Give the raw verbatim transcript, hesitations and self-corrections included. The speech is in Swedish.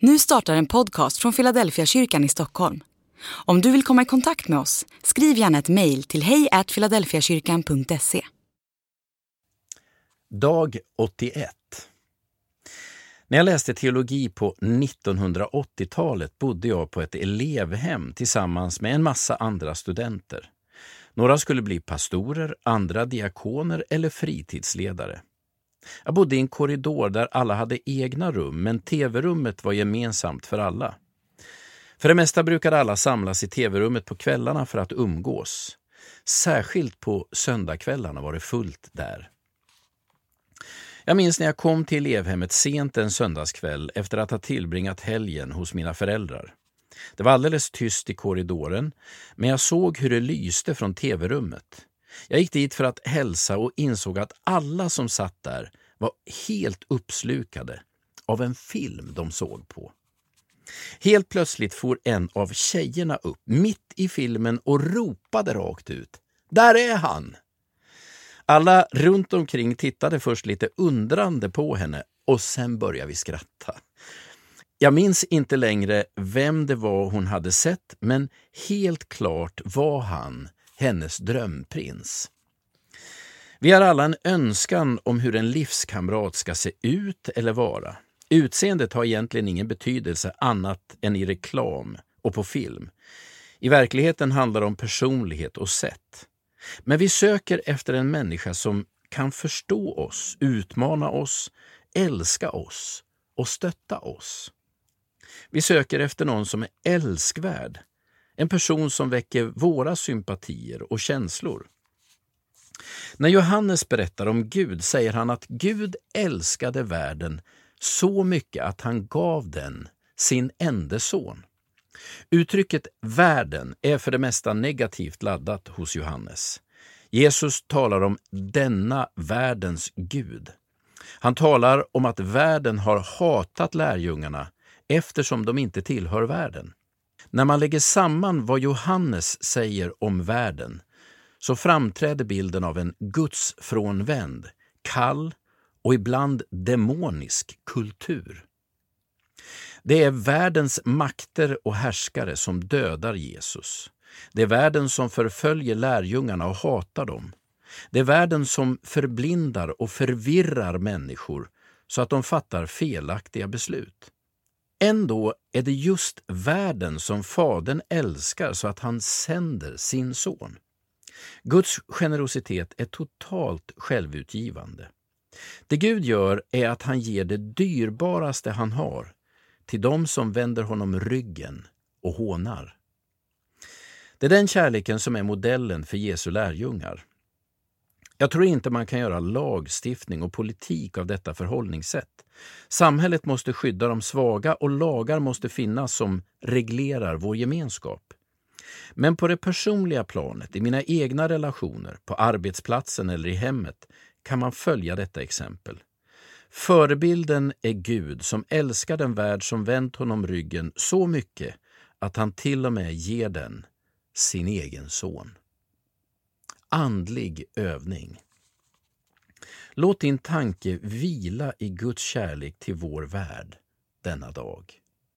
Nu startar en podcast från Philadelphia kyrkan i Stockholm. Om du vill komma i kontakt med oss, skriv gärna ett mejl till hej at philadelphiakyrkan punkt se. Dag åttioett. När jag läste teologi på nittonhundraåttiotalet bodde jag på ett elevhem tillsammans med en massa andra studenter. Några skulle bli pastorer, andra diakoner eller fritidsledare. Jag bodde i en korridor där alla hade egna rum, men tv-rummet var gemensamt för alla. För det mesta brukade alla samlas i tv-rummet på kvällarna för att umgås. Särskilt på söndagskvällarna var det fullt där. Jag minns när jag kom till elevhemmet sent en söndagskväll efter att ha tillbringat helgen hos mina föräldrar. Det var alldeles tyst i korridoren, men jag såg hur det lyste från tv-rummet. Jag gick dit för att hälsa och insåg att alla som satt där var helt uppslukade av en film de såg på. Helt plötsligt for en av tjejerna upp mitt i filmen och ropade rakt ut: "Där är han!" Alla runt omkring tittade först lite undrande på henne och sen började vi skratta. Jag minns inte längre vem det var hon hade sett, men helt klart var han hennes drömprins. Vi har alla en önskan om hur en livskamrat ska se ut eller vara. Utseendet har egentligen ingen betydelse annat än i reklam och på film. I verkligheten handlar det om personlighet och sätt. Men vi söker efter en människa som kan förstå oss, utmana oss, älska oss och stötta oss. Vi söker efter någon som är älskvärd, en person som väcker våra sympatier och känslor. När Johannes berättar om Gud säger han att Gud älskade världen så mycket att han gav den sin enda son. Uttrycket världen är för det mesta negativt laddat hos Johannes. Jesus talar om denna världens Gud. Han talar om att världen har hatat lärjungarna eftersom de inte tillhör världen. När man lägger samman vad Johannes säger om världen så framträder bilden av en gudsfrånvänd, kall och ibland demonisk kultur. Det är världens makter och härskare som dödar Jesus. Det är världen som förföljer lärjungarna och hatar dem. Det är världen som förblindar och förvirrar människor så att de fattar felaktiga beslut. Ändå är det just världen som Fadern älskar så att han sänder sin son. Guds generositet är totalt självutgivande. Det Gud gör är att han ger det dyrbaraste han har till dem som vänder honom ryggen och hånar. Det är den kärleken som är modellen för Jesu lärjungar. Jag tror inte man kan göra lagstiftning och politik av detta förhållningssätt. Samhället måste skydda de svaga och lagar måste finnas som reglerar vår gemenskap. Men på det personliga planet, i mina egna relationer, på arbetsplatsen eller i hemmet, kan man följa detta exempel. Förebilden är Gud som älskar den värld som vänt honom ryggen så mycket att han till och med ger den sin egen son. Andlig övning. Låt din tanke vila i Guds kärlek till vår värld denna dag.